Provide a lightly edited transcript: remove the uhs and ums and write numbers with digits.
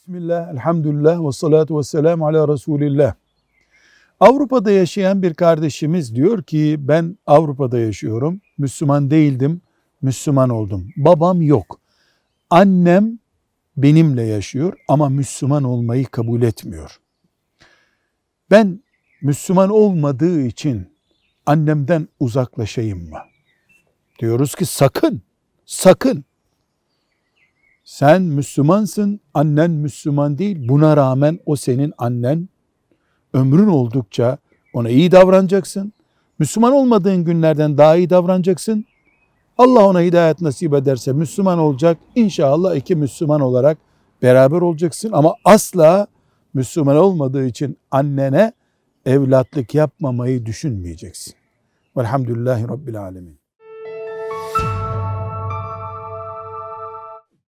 Bismillah, elhamdülillah ve salatu ve selamu ala Resulillah. Avrupa'da yaşayan bir kardeşimiz diyor ki ben Avrupa'da yaşıyorum, Müslüman değildim, Müslüman oldum. Babam yok. Annem benimle yaşıyor ama Müslüman olmayı kabul etmiyor. Ben Müslüman olmadığı için annemden uzaklaşayım mı? Diyoruz ki sakın, sakın. Sen Müslümansın, annen Müslüman değil. Buna rağmen o senin annen. Ömrün oldukça ona iyi davranacaksın. Müslüman olmadığın günlerden daha iyi davranacaksın. Allah ona hidayet nasip ederse Müslüman olacak. İnşallah iki Müslüman olarak beraber olacaksın. Ama asla Müslüman olmadığı için annene evlatlık yapmamayı düşünmeyeceksin. Velhamdülillahi Rabbil Alemin.